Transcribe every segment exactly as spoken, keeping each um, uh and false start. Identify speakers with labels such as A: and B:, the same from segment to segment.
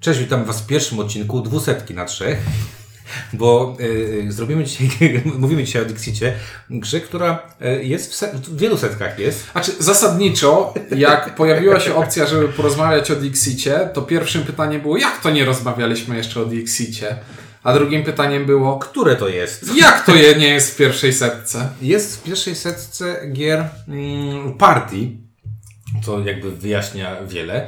A: Cześć, witam Was w pierwszym odcinku dwusetki na trzech, bo y, zrobimy dzisiaj, mówimy dzisiaj o Dixicie, grze, która jest w, set, w wielu setkach jest.
B: Znaczy, zasadniczo, jak pojawiła się opcja, żeby porozmawiać o Dixicie, to pierwszym pytaniem było, jak to nie rozmawialiśmy jeszcze o Dixicie? A drugim pytaniem było,
A: które to jest?
B: Jak to je nie jest w pierwszej setce?
A: Jest w pierwszej setce gier mm, Party, co jakby wyjaśnia wiele.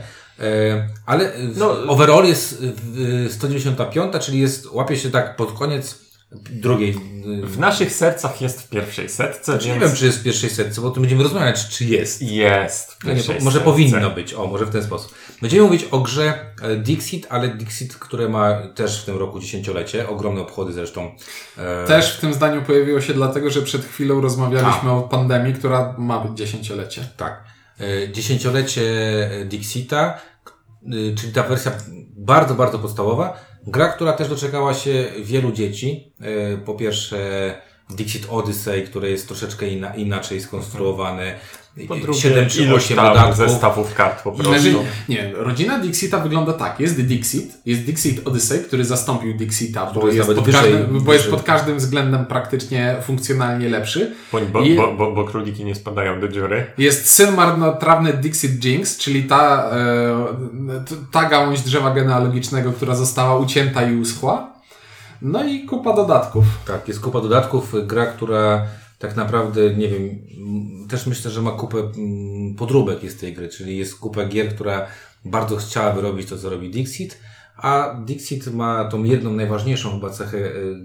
A: Ale no, overall jest sto dziewięćdziesiąta piąta, czyli jest, łapie się tak pod koniec drugiej.
C: W naszych sercach jest w pierwszej setce,
A: znaczy,
C: więc...
A: Nie wiem, czy jest w pierwszej setce, bo o tym będziemy rozmawiać, czy jest.
C: Jest w
A: no nie,
C: setce.
A: Może powinno być, o, może w ten sposób. Będziemy mówić o grze Dixit, ale Dixit, które ma też w tym roku dziesięciolecie, ogromne obchody zresztą.
B: Też w tym zdaniu pojawiło się dlatego, że przed chwilą rozmawialiśmy A. o pandemii, która ma być dziesięciolecie.
A: Tak. Dziesięciolecie Dixita, czyli ta wersja bardzo, bardzo podstawowa. Gra, która też doczekała się wielu dzieci. Po pierwsze Dixit Odyssey, które jest troszeczkę inna, inaczej skonstruowane.
C: Po drugie, siedem czy osiem dodatków. Zestawów kart po prostu.
B: Znaczy, nie, rodzina Dixita wygląda tak. Jest Dixit, jest Dixit Odyssey, który zastąpił Dixita, bo jest, jest, pod, wyżej, każdym, bo jest pod każdym względem praktycznie funkcjonalnie lepszy.
C: Bo, bo, I, bo, bo, bo króliki nie spadają do dziury. Jest
B: syn marnotrawny Dixit Jinx, czyli ta, e, ta gałąź drzewa genealogicznego, która została ucięta i uschła. No i kupa dodatków.
A: Tak, jest kupa dodatków. Gra, która tak naprawdę, nie wiem, też myślę, że ma kupę podróbek jest tej gry, czyli jest kupa gier, która bardzo chciałaby robić to, co robi Dixit, a Dixit ma tą jedną najważniejszą chyba cechę,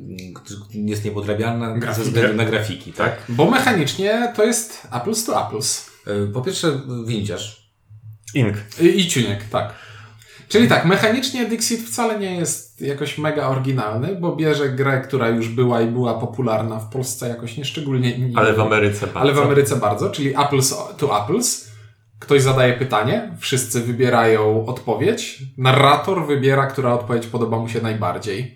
A: jest niepodrabialna Grafika. ze względu na grafiki, tak?
B: Bo mechanicznie to jest apples to apples.
A: Po pierwsze winciarz.
C: Ink.
B: I, i ciuniek, tak. Czyli tak, mechanicznie Dixit wcale nie jest jakoś mega oryginalny, bo bierze grę, która już była i była popularna w Polsce jakoś nieszczególnie. Nie,
C: ale w Ameryce bardzo.
B: Ale w Ameryce bardzo, czyli apples to apples. Ktoś zadaje pytanie, wszyscy wybierają odpowiedź, narrator wybiera, która odpowiedź podoba mu się najbardziej.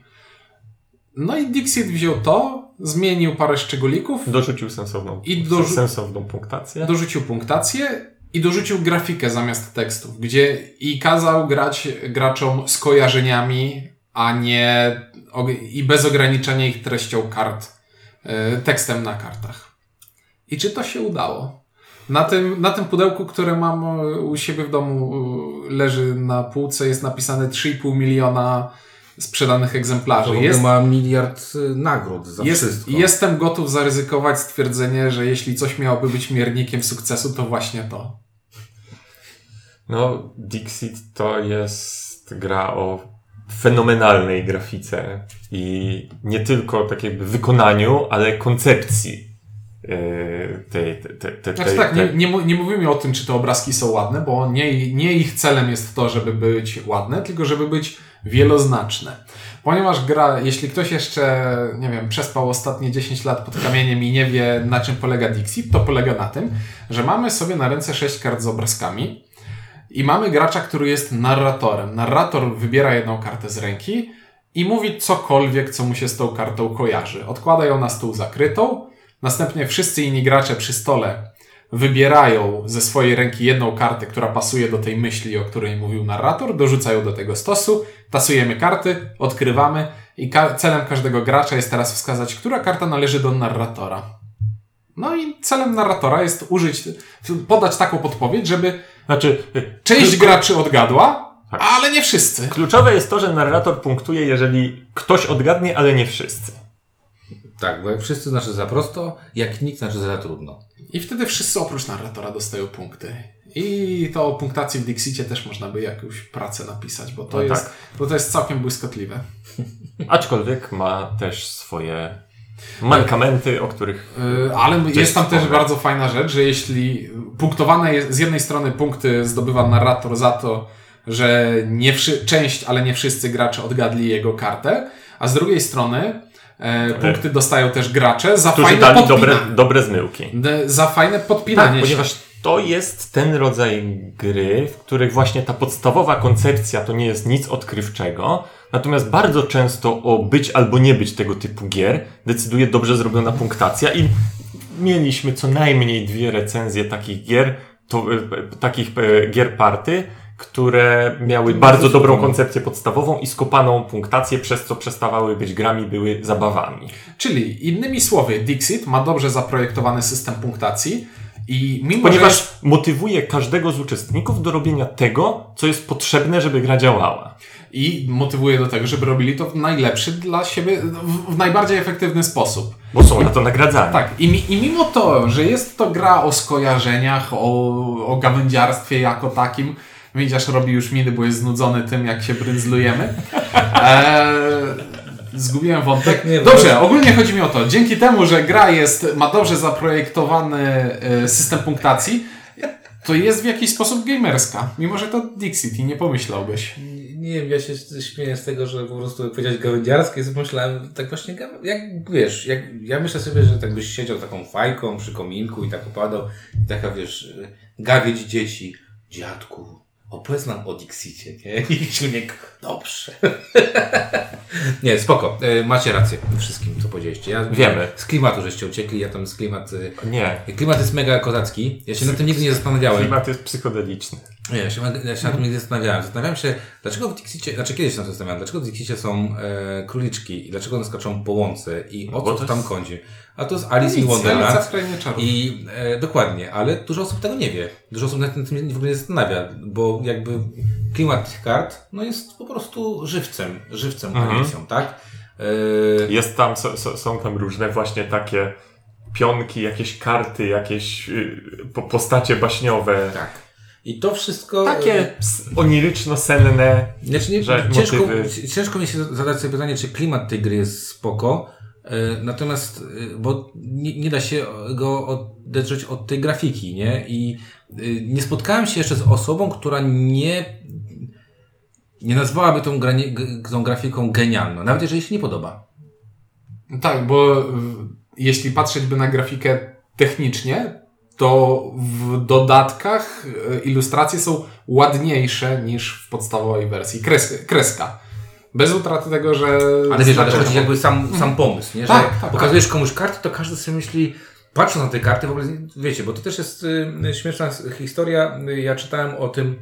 B: No i Dixit wziął to, zmienił parę szczególików.
C: Dorzucił sensowną,
B: i dorzu-
C: sensowną punktację.
B: Dorzucił punktację. I dorzucił grafikę zamiast tekstów, gdzie i kazał grać graczom z kojarzeniami, a nie i bez ograniczenia ich treścią kart, tekstem na kartach. I czy to się udało? Na tym, na tym pudełku, które mam u siebie w domu, leży na półce, jest napisane trzy i pół miliona sprzedanych egzemplarzy.
A: To
B: jest,
A: ma miliard nagród za
B: jest,
A: wszystko.
B: Jestem gotów zaryzykować stwierdzenie, że jeśli coś miałoby być miernikiem sukcesu, to właśnie to.
C: No, Dixit to jest gra o fenomenalnej grafice i nie tylko tak jakby wykonaniu, ale koncepcji tej, tej, tej, tej,
B: znaczy tak, nie, nie, nie mówimy o tym, czy te obrazki są ładne, bo nie, nie ich celem jest to, żeby być ładne, tylko żeby być wieloznaczne. Ponieważ gra, jeśli ktoś jeszcze, nie wiem, przespał ostatnie dziesięć lat pod kamieniem i nie wie, na czym polega Dixit, to polega na tym, że mamy sobie na ręce sześć kart z obrazkami i mamy gracza, który jest narratorem. Narrator wybiera jedną kartę z ręki i mówi cokolwiek, co mu się z tą kartą kojarzy. Odkłada ją na stół zakrytą, następnie wszyscy inni gracze przy stole wybierają ze swojej ręki jedną kartę, która pasuje do tej myśli, o której mówił narrator, dorzucają do tego stosu, tasujemy karty, odkrywamy i ka- celem każdego gracza jest teraz wskazać, która karta należy do narratora. No i celem narratora jest użyć, podać taką podpowiedź, żeby
C: znaczy,
B: część tylko... graczy odgadła, tak. Ale nie wszyscy.
C: Kluczowe jest to, że narrator punktuje, jeżeli ktoś odgadnie, ale nie wszyscy.
A: Tak, bo jak wszyscy znaczy za prosto, jak nikt znaczy za trudno.
B: I wtedy wszyscy oprócz narratora dostają punkty. I to o punktacji w Dixicie też można by jakąś pracę napisać, bo to, no jest, tak. bo to jest całkiem błyskotliwe.
C: Aczkolwiek ma też swoje mankamenty, o których...
B: Yy, ale jest tam też bardzo fajna rzecz, że jeśli punktowane jest, z jednej strony punkty zdobywa narrator za to, że nie wszy- część, ale nie wszyscy gracze odgadli jego kartę, a z drugiej strony e, punkty dostają też gracze za
C: którzy
B: fajne
C: dali
B: podpinanie.
C: Dobre, dobre zmyłki.
B: De, za fajne podpinanie
C: tak,
B: się.
C: Ponieważ to jest ten rodzaj gry, w których właśnie ta podstawowa koncepcja to nie jest nic odkrywczego, natomiast bardzo często o być albo nie być tego typu gier decyduje dobrze zrobiona punktacja i mieliśmy co najmniej dwie recenzje takich gier, to, takich gier party, które miały bardzo dobrą koncepcję podstawową i skopaną punktację, przez co przestawały być grami, były zabawami.
B: Czyli innymi słowy, Dixit ma dobrze zaprojektowany system punktacji i mimo,
C: Ponieważ
B: że jest...
C: motywuje każdego z uczestników do robienia tego, co jest potrzebne, żeby gra działała.
B: I motywuje do tego, żeby robili to w najlepszy dla siebie, w, w najbardziej efektywny sposób.
C: Bo są na to nagradzani.
B: Tak, i, mi, i mimo to, że jest to gra o skojarzeniach, o, o gawędziarstwie jako takim, widzisz, robi już miny, bo jest znudzony tym, jak się bryndzlujemy. Eee, zgubiłem wątek.
A: Nie,
B: Dobrze, bo... ogólnie chodzi mi o to, dzięki temu, że gra jest, ma dobrze zaprojektowany system punktacji, to jest w jakiś sposób gamerska. Mimo, że to Dixit i nie pomyślałbyś.
A: Nie wiem, ja się śmieję z tego, że po prostu jak powiedziałeś gawędziarskie, sobie myślałem tak właśnie, jak wiesz, jak, ja myślę sobie, że tak byś siedział taką fajką przy kominku i tak opadał i taka wiesz, gawieć dzieci, dziadku, opowiedz nam o Dixicie, nie? I Ciuniek, dobrze. Nie, spoko, macie rację w wszystkim, co powiedzieliście. Ja,
C: Wiemy.
A: Z klimatu żeście uciekli, ja tam z klimat...
C: Nie.
A: Klimat jest mega kozacki, ja się nad tym nigdy nie zastanawiałem.
C: Klimat jest psychodeliczny.
A: Nie, ja się, ja się nad tym nigdy zastanawiałem. Zastanawiałem się, dlaczego w Dixicie, znaczy kiedyś się na to zastanawiałem, dlaczego w Dixicie są e, króliczki i dlaczego one skaczą po łące i o co to tam chodzi. A to jest Alice in Wonderland. I e, dokładnie, ale dużo osób tego nie wie. Dużo osób nad tym w ogóle nie zastanawia, bo jakby klimat tych kart, no jest po prostu żywcem, żywcem
C: mhm.
A: Alicją, tak? E,
C: jest tam, so, so, są tam różne właśnie takie pionki, jakieś karty, jakieś y, postacie baśniowe.
A: Tak. I to wszystko...
C: Takie oniryczno-senne
A: znaczy nie,
C: że
A: ciężko,
C: motywy.
A: ciężko mi się zadać sobie pytanie, czy klimat tej gry jest spoko, natomiast, bo nie, nie da się go odedrzeć od tej grafiki, nie? I nie spotkałem się jeszcze z osobą, która nie nie nazwałaby tą, gra, tą grafiką genialną, nawet jeżeli się nie podoba.
B: Tak, bo jeśli patrzeć by na grafikę technicznie, to w dodatkach ilustracje są ładniejsze niż w podstawowej wersji. Kres, kreska. Bez utraty tego, że...
A: Ale wiesz, ale chodzi jakby sam, sam pomysł, nie? Że
B: tak, tak,
A: pokazujesz
B: tak.
A: komuś karty, to każdy sobie myśli, patrząc na te karty, w ogóle, wiecie, bo to też jest y, śmieszna historia. Ja czytałem o tym,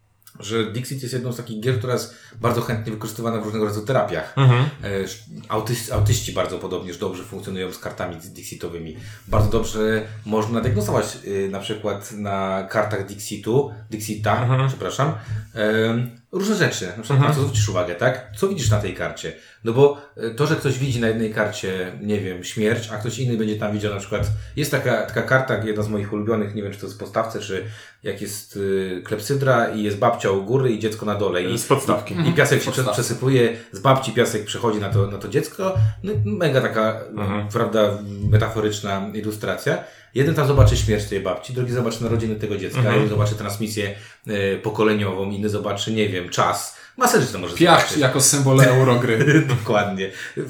A: że Dixit jest jedną z takich gier, która jest bardzo chętnie wykorzystywana w różnego rodzaju terapiach. Mhm. Autyści, autyści bardzo podobnież dobrze funkcjonują z kartami Dixitowymi. Bardzo dobrze można diagnozować y, na przykład na kartach Dixitu, Dixita, mhm. przepraszam, y, różne rzeczy. Na przykład mhm. na co zwrócisz uwagę, tak? Co widzisz na tej karcie? No bo to, że ktoś widzi na jednej karcie, nie wiem, śmierć, a ktoś inny będzie tam widział na przykład, jest taka, taka karta, jedna z moich ulubionych, nie wiem, czy to jest w podstawce, czy jak jest y, klepsydra i jest babcia u góry i dziecko na dole. I,
C: z podstawki.
A: I, i piasek się Podstawki. przesypuje, z babci piasek przechodzi na to, na to dziecko. No, mega taka, mhm. prawda, metaforyczna ilustracja. Jeden tam zobaczy śmierć tej babci, drugi zobaczy narodziny tego dziecka, mhm. jeden zobaczy transmisję y, pokoleniową, inny zobaczy, nie wiem, czas. Masę rzeczy to może
B: Piach
A: zobaczyć.
B: jako symbol eurogry.
A: Dokładnie.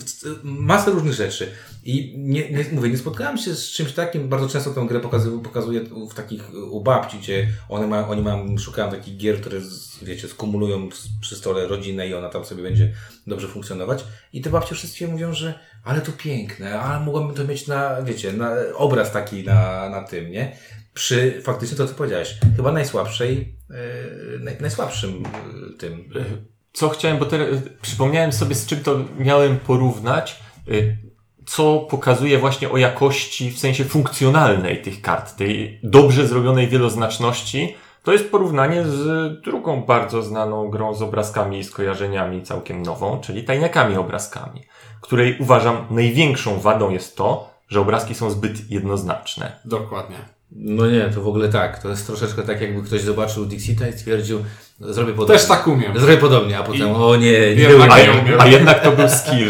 A: Masę różnych rzeczy. I nie, nie, mówię, nie spotkałem się z czymś takim, bardzo często tę grę pokazuję, pokazuję w takich u babci, gdzie one mają, oni mają, szukają takich gier, które, wiecie, skumulują przy stole rodzinę i ona tam sobie będzie dobrze funkcjonować. I te babcie wszystkie mówią, że ale to piękne, ale mogłabym to mieć na, wiecie, na obraz taki na, na tym, nie? Przy faktycznie to, co powiedziałeś, chyba najsłabszej, yy, naj, najsłabszym yy, tym.
C: Co chciałem, bo teraz przypomniałem sobie, z czym to miałem porównać, yy, co pokazuje właśnie o jakości w sensie funkcjonalnej tych kart, tej dobrze zrobionej wieloznaczności. To jest porównanie z drugą bardzo znaną grą z obrazkami i skojarzeniami, całkiem nową, czyli tajniakami obrazkami, której uważam największą wadą jest to, że obrazki są zbyt jednoznaczne.
B: Dokładnie.
A: No nie, to w ogóle tak. To jest troszeczkę tak, jakby ktoś zobaczył Dixita i stwierdził, zrobię podobnie.
B: Też tak umiem.
A: Zrobię podobnie, a potem, I... o nie, nie
C: a, a, a jednak to był skill.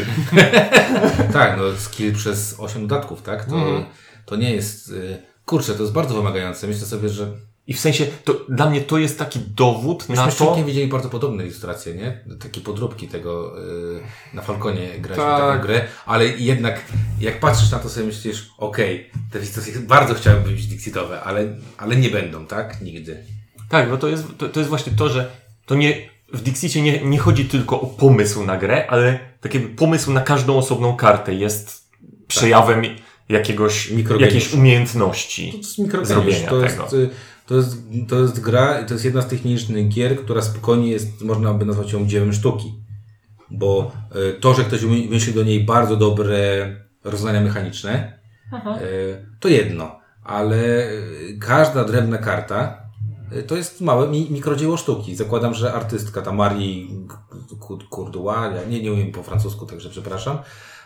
A: Tak, no skill przez osiem dodatków, tak? To, mm. to nie jest... Kurczę, to jest bardzo wymagające. Myślę sobie, że...
C: I w sensie, to dla mnie to jest taki dowód
A: Myśmy
C: na to...
A: Myśmy z Czunkiem widzieli bardzo podobne ilustracje, nie? Takie podróbki tego, yy, na Falconie graliśmy tak. taką grę, ale jednak jak patrzysz na to sobie myślisz, okej, okay, te ilustracje bardzo chciałbym być Dixitowe, ale, ale nie będą, tak? Nigdy.
C: Tak, bo to jest, to, to jest właśnie to, że to nie, w Dixicie nie, nie chodzi tylko o pomysł na grę, ale taki pomysł na każdą osobną kartę jest przejawem tak. jakiegoś, jakiejś umiejętności
A: to jest
C: zrobienia
A: to
C: tego.
A: Jest, to jest, to jest gra, to jest jedna z tych nielicznych gier, która spokojnie jest, można by nazwać ją dziełem sztuki. Bo y, to, że ktoś wymyślił do niej bardzo dobre rozwiązania mechaniczne, y, to jedno. Ale y, każda drewna karta y, to jest małe mi, mikrodzieło sztuki. Zakładam, że artystka, ta Marie Courtois, ja nie, nie umiem po francusku, także przepraszam.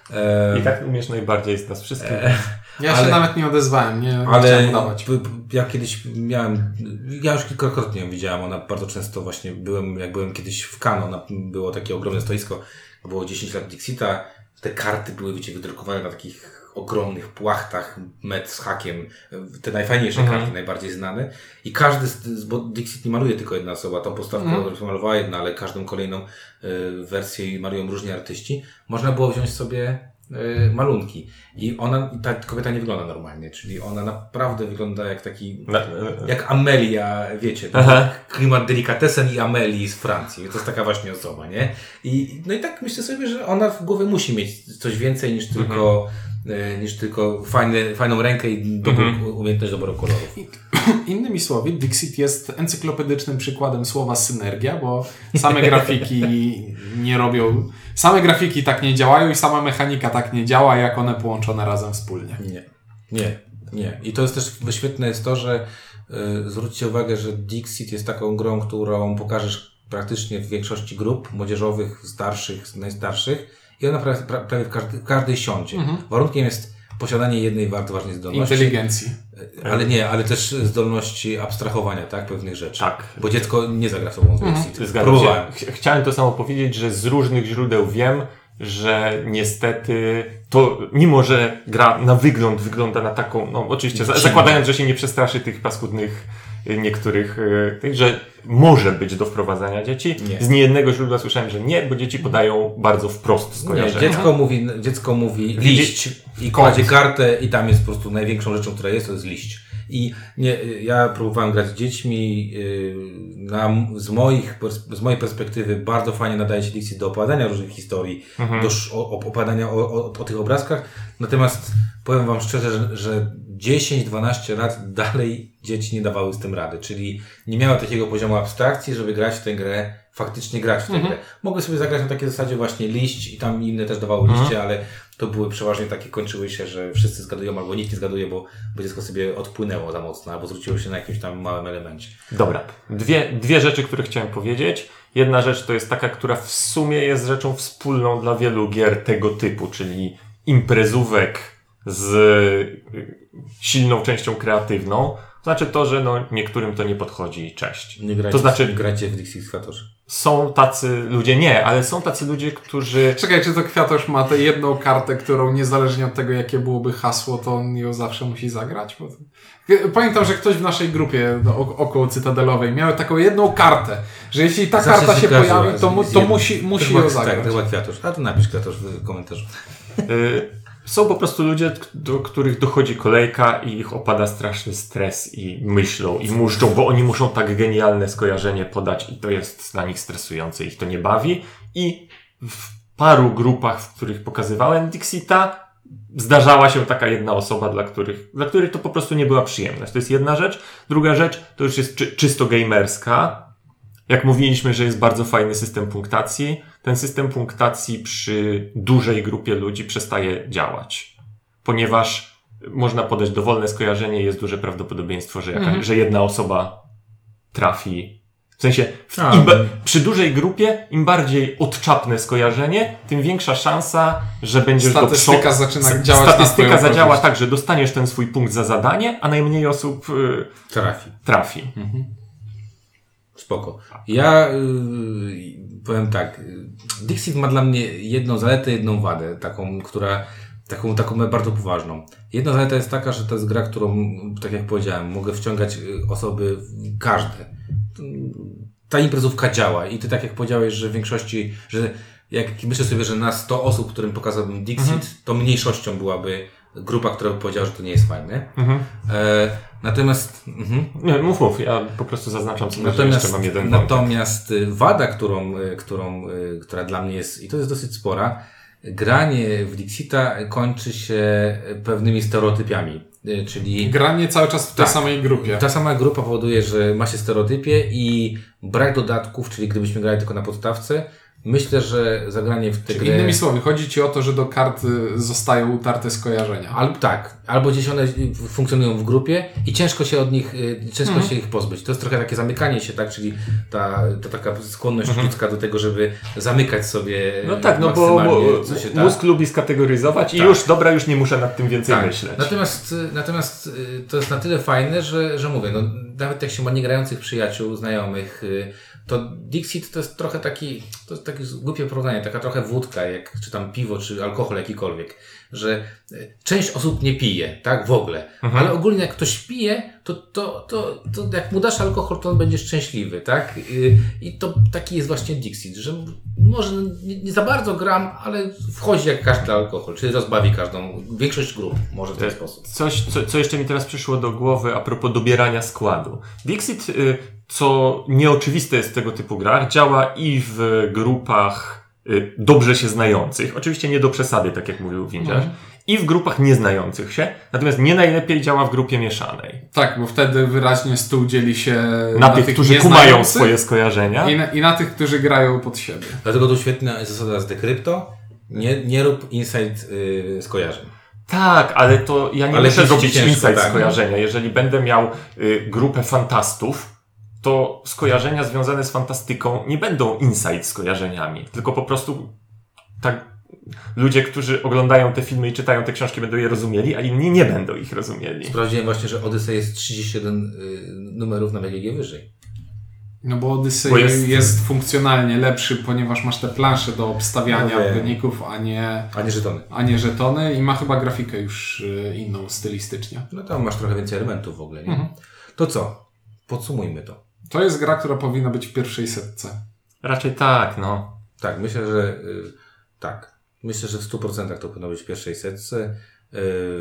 C: I tak umiesz najbardziej z nas wszystkich.
B: Ja
A: ale,
B: się nawet nie odezwałem, nie, nie
A: ale
B: chciałem udawać.
A: p- p- ja kiedyś miałem, ja już kilkakrotnie ją widziałem, ona bardzo często właśnie byłem, jak byłem kiedyś w Cannes, ona było takie ogromne stoisko, było dziesięć lat Dixita, te karty były, wiecie, wydrukowane na takich ogromnych płachtach, metr z hakiem, te najfajniejsze
C: mhm.
A: karty, najbardziej znane i każdy, z, bo Dixit nie maluje tylko jedna osoba, tą postawkę mhm. malowała jedna, ale każdą kolejną y, wersję malują różni artyści, można było wziąć sobie y, malunki i ona, ta kobieta nie wygląda normalnie, czyli ona naprawdę wygląda jak taki,
C: Na,
A: jak Amelia, wiecie, tak, klimat delikatesen i Amelii z Francji, to jest taka właśnie osoba, nie? I, no i tak myślę sobie, że ona w głowie musi mieć coś więcej niż tylko mhm. niż tylko fajny, fajną rękę i dobrą mm-hmm. umiejętność doboru kolorów.
B: Innymi słowy, Dixit jest encyklopedycznym przykładem słowa synergia, bo same grafiki nie robią, same grafiki tak nie działają i sama mechanika tak nie działa, jak one połączone razem wspólnie.
A: Nie, nie, nie. I to jest też świetne jest to, że y, zwróćcie uwagę, że Dixit jest taką grą, którą pokażesz praktycznie w większości grup młodzieżowych, starszych, najstarszych, i ona prawie, prawie w, każdy, w każdej siądzie. Mhm. Warunkiem jest posiadanie jednej bardzo ważnej zdolności.
B: Inteligencji.
A: Ale nie, ale też zdolności abstrahowania, tak, pewnych rzeczy.
C: Tak.
A: Bo dziecko nie zagra sobą z
C: mhm. Próbowałem. Ch- chciałem to samo powiedzieć, że z różnych źródeł wiem, że niestety to, mimo że gra na wygląd wygląda na taką, no oczywiście za, zakładając, że się nie przestraszy tych paskudnych niektórych, że może być do wprowadzania dzieci. Nie. Z niejednego źródła słyszałem, że nie, bo dzieci podają bardzo wprost skojarzenia.
A: Nie, dziecko mówi, dziecko mówi liść i kładzie kartę i tam jest po prostu największą rzeczą, która jest, to jest liść. I nie, ja próbowałem grać z dziećmi, na, z, moich, z mojej perspektywy bardzo fajnie nadaje się Dixit do opowiadania różnych historii, mhm. do o, opowiadania o, o, o tych obrazkach, natomiast powiem wam szczerze, że, że dziesięć dwanaście lat dalej dzieci nie dawały z tym rady, czyli nie miały takiego poziomu abstrakcji, żeby grać w tę grę, faktycznie grać w tę mhm. grę. Mogły sobie zagrać na takiej zasadzie właśnie liść i tam inne też dawały mhm. liście, ale to były przeważnie takie, kończyły się, że wszyscy zgadują albo nikt nie zgaduje, bo, bo dziecko sobie odpłynęło za mocno, albo zwróciło się na jakimś tam małym elemencie.
C: Dobra. Dwie, dwie rzeczy, które chciałem powiedzieć. Jedna rzecz to jest taka, która w sumie jest rzeczą wspólną dla wielu gier tego typu, czyli imprezówek z silną częścią kreatywną. Znaczy to, że no, niektórym to nie podchodzi i cześć.
A: Nie grajcie,
C: to znaczy,
A: nie grajcie w Dixit Kwiatosz.
C: Są tacy ludzie, nie, ale są tacy ludzie, którzy...
B: Czekaj, czy to Kwiatosz ma tę jedną kartę, którą niezależnie od tego, jakie byłoby hasło, to on ją zawsze musi zagrać? Bo to... Pamiętam, że ktoś w naszej grupie około Cytadelowej miał taką jedną kartę, że jeśli ta
A: zawsze
B: karta się
A: kojarzy,
B: pojawi, to, mu, to musi, musi ją zagrać.
A: Tak, to chyba Kwiatosz. A to napisz Kwiatosz w komentarzu.
C: Są po prostu ludzie, do których dochodzi kolejka i ich opada straszny stres i myślą i muszczą, bo oni muszą tak genialne skojarzenie podać i to jest dla nich stresujące, ich to nie bawi. I w paru grupach, w których pokazywałem Dixita, zdarzała się taka jedna osoba, dla których, dla których to po prostu nie była przyjemność. To jest jedna rzecz. Druga rzecz to już jest czy, czysto gamerska. Jak mówiliśmy, że jest bardzo fajny system punktacji, ten system punktacji przy dużej grupie ludzi przestaje działać. Ponieważ można podać dowolne skojarzenie i jest duże prawdopodobieństwo, że, jaka, mm-hmm. że jedna osoba trafi. W sensie, w, im, przy dużej grupie, im bardziej odczapne skojarzenie, tym większa szansa, że będziesz do przodu.
B: Statystyka zaczyna działać.
C: Statystyka zadziała tak, że dostaniesz ten swój punkt za zadanie, a najmniej osób yy,
A: trafi.
C: trafi.
A: Mhm. Spoko. Ja yy, powiem tak. Dixit ma dla mnie jedną zaletę, jedną wadę, taką, która, taką, taką bardzo poważną. Jedna zaleta jest taka, że to jest gra, którą, tak jak powiedziałem, mogę wciągać osoby każde. Ta imprezówka działa i ty tak jak powiedziałeś, że w większości, że jak myślę sobie, że na sto osób, którym pokazałbym Dixit, mhm. to mniejszością byłaby grupa, która by powiedziała, że to nie jest fajne. Mhm. E, natomiast... Mhm.
C: Nie, mów, mów, ja po prostu zaznaczam sobie, że jeszcze mam jeden
A: Natomiast wątek. Wada, którą, którą, która dla mnie jest, i to jest dosyć spora, granie w Dixita kończy się pewnymi stereotypiami. y, czyli...
B: Granie cały czas w tej
A: Tak.
B: samej grupie.
A: Ta sama grupa powoduje, że ma się stereotypie i brak dodatków, czyli gdybyśmy grali tylko na podstawce, myślę, że zagranie w tę
B: Czyli
A: grę...
B: innymi słowy, chodzi Ci o to, że do kart y, zostają utarte skojarzenia.
A: Albo tak, albo gdzieś one funkcjonują w grupie i ciężko się od nich, y, ciężko
B: Mhm.
A: się ich pozbyć. To jest trochę takie zamykanie się, tak, czyli ta, ta taka skłonność
B: Mhm.
A: ludzka do tego, żeby zamykać sobie
C: No tak, no bo
A: maksymalnie,
C: bo
A: co się da.
C: mózg lubi skategoryzować i
A: Tak.
C: już, dobra, już nie muszę nad tym więcej
A: Tak.
C: myśleć.
A: Natomiast, y, natomiast y, to jest na tyle fajne, że, że mówię, no, nawet jak się ma niegrających przyjaciół, znajomych, y, to Dixit to jest trochę taki, to jest takie głupie porównanie, taka trochę wódka, jak, czy tam piwo, czy alkohol jakikolwiek, że y, część osób nie pije, tak, w ogóle,
C: Mhm.
A: ale ogólnie jak ktoś pije, to, to, to, to jak mu dasz alkohol, to on będzie szczęśliwy, tak, y, i to taki jest właśnie Dixit, że może nie, nie za bardzo gram, ale wchodzi jak każdy alkohol, czyli rozbawi każdą, większość grup, może w ten sposób.
C: Coś, co, co jeszcze mi teraz przyszło do głowy a propos dobierania składu. Dixit, y, co nieoczywiste jest w tego typu grach, działa i w grupach y, dobrze się znających, oczywiście nie do przesady, tak jak mówił Windziarz,
B: Mhm.
C: i w grupach nieznających się, natomiast nie najlepiej działa w grupie mieszanej.
B: Tak, bo wtedy wyraźnie stół dzieli się
C: Na, tych, którzy kumają
B: nieznających
C: swoje skojarzenia.
B: i na, i na tych, którzy grają pod siebie.
A: Dlatego tu świetna jest zasada z Decrypto. Nie, nie rób insight yy, skojarzeń.
C: Tak, ale to ja nie
A: Ale
C: muszę
A: pisze
C: robić
A: ciężko,
C: insight
A: tak.
C: skojarzenia. Jeżeli będę miał y, grupę fantastów, to skojarzenia związane z fantastyką nie będą insight skojarzeniami, tylko po prostu tak ludzie, którzy oglądają te filmy i czytają te książki, będą je rozumieli, a inni nie będą ich rozumieli.
A: Sprawdziłem właśnie, że Odyssey jest trzydzieści jeden yy, numerów na B G G wyżej.
B: No bo Odyssey
C: Bo
B: jest...
C: jest-
B: funkcjonalnie lepszy, ponieważ masz te plansze do obstawiania
A: No wiem.
B: wyników, a nie,
A: A nie żetony.
B: a nie żetony i ma chyba grafikę już y, inną stylistycznie.
A: No tam masz trochę więcej elementów w ogóle, nie?
B: Mhm.
A: To co? Podsumujmy to.
B: To jest gra, która powinna być w pierwszej setce.
C: Raczej tak, no.
A: Tak, myślę, że yy, tak. Myślę, że w stu procentach to powinno być w pierwszej setce. Yy,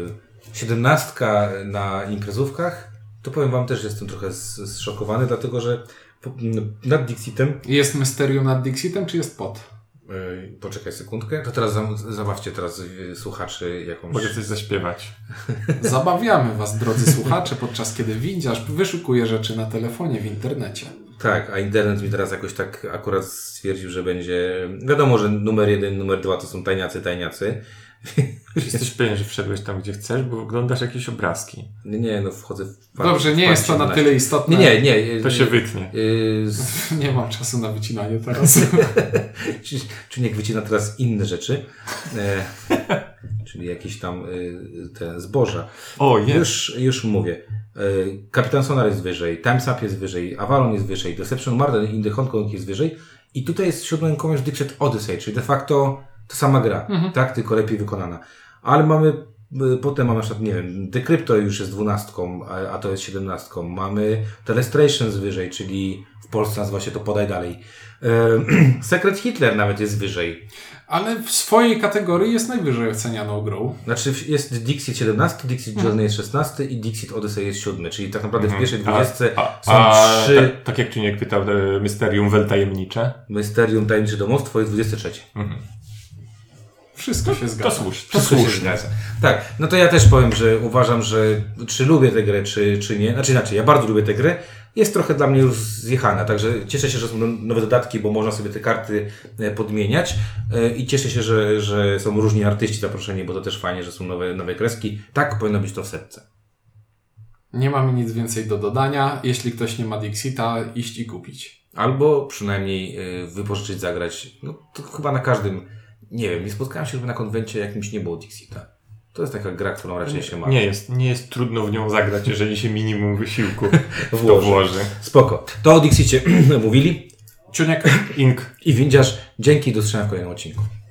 A: siedemnastka na imprezówkach, to powiem Wam też, że jestem trochę z- zszokowany, dlatego że po, nad Dixitem
B: Jest Mysterium nad Dixitem, czy jest pod?
A: Yy, poczekaj sekundkę. To teraz zam- zabawcie teraz yy, słuchaczy jakąś...
C: Mogę coś zaśpiewać.
B: Zabawiamy Was, drodzy słuchacze, podczas kiedy Windziarz wyszukuje rzeczy na telefonie w internecie.
A: Tak, a internet mi teraz jakoś tak akurat stwierdził, że będzie... Wiadomo, że numer jeden, numer dwa to są tajniacy, tajniacy.
C: Czy jesteś pewien, że wszedłeś tam, gdzie chcesz, bo oglądasz jakieś obrazki.
A: Nie, nie, no wchodzę w...
B: Dobrze, nie
A: w
B: jest to na
A: siedemnaście.
B: tyle istotne.
A: Nie, nie, nie.
C: To się wytnie.
A: Yy, z...
B: Nie mam czasu na wycinanie teraz.
A: czy, czy niech wycina teraz inne rzeczy. E, czyli jakieś tam y, te zboża.
C: O, jest.
A: Już, już mówię. Y, Kapitan Sonar jest wyżej, Time's Up jest wyżej, Avalon jest wyżej, Deception Martin i The Hong Kong jest wyżej. I tutaj jest siódmym już Dixit Odyssey, czyli de facto to sama gra,
B: Mhm.
A: tak? Tylko lepiej wykonana. Ale mamy, y, potem mamy na przykład, nie wiem, Decrypto już jest dwunastką, a, a to jest siedemnastką. Mamy Telestrations wyżej, czyli w Polsce nazywa się to Podaj Dalej. Y, Secret Hitler nawet jest wyżej.
B: Ale w swojej kategorii jest najwyżej ocenianą grą.
A: Znaczy jest Dixit siedemnaście, Dixit Journey jest szesnaście i Dixit Odyssey jest siódmy, czyli tak naprawdę w pierwszej dwudziestce
C: A,
A: są
C: a,
A: trzy
C: tak, tak jak Czuniek pytał, e, Mysterium Wel tajemnicze.
A: Mysterium Tajemnicze Domostwo jest dwudzieste trzecie.
C: Mhm.
B: Wszystko się
C: To
B: zgadza.
C: słusznie. To
A: Wszystko się
C: słusznie.
A: zgadza. Tak, no to ja też powiem, że uważam, że czy lubię tę grę, czy, czy nie. Znaczy inaczej, ja bardzo lubię tę grę. Jest trochę dla mnie już zjechana, także cieszę się, że są nowe dodatki, bo można sobie te karty e, podmieniać e, i cieszę się, że, że są różni artyści zaproszeni, bo to też fajnie, że są nowe, nowe kreski. Tak, powinno być to w setce.
B: Nie mamy nic więcej do dodania. Jeśli ktoś nie ma Dixita, iść i kupić.
A: Albo przynajmniej y, wypożyczyć, zagrać. No to chyba na każdym, nie wiem, nie spotkałem się, żeby na konwencie jakimś nie było Dixita. To jest taka gra, którą raczej się ma.
C: Nie jest, nie jest trudno w nią zagrać, jeżeli się minimum wysiłku w to
A: Włoży.
C: włoży.
A: Spoko. To o Dixicie mówili
B: Ciuniek.
C: Ink.
A: i Windziarz. Dzięki, do zobaczenia w kolejnym odcinku.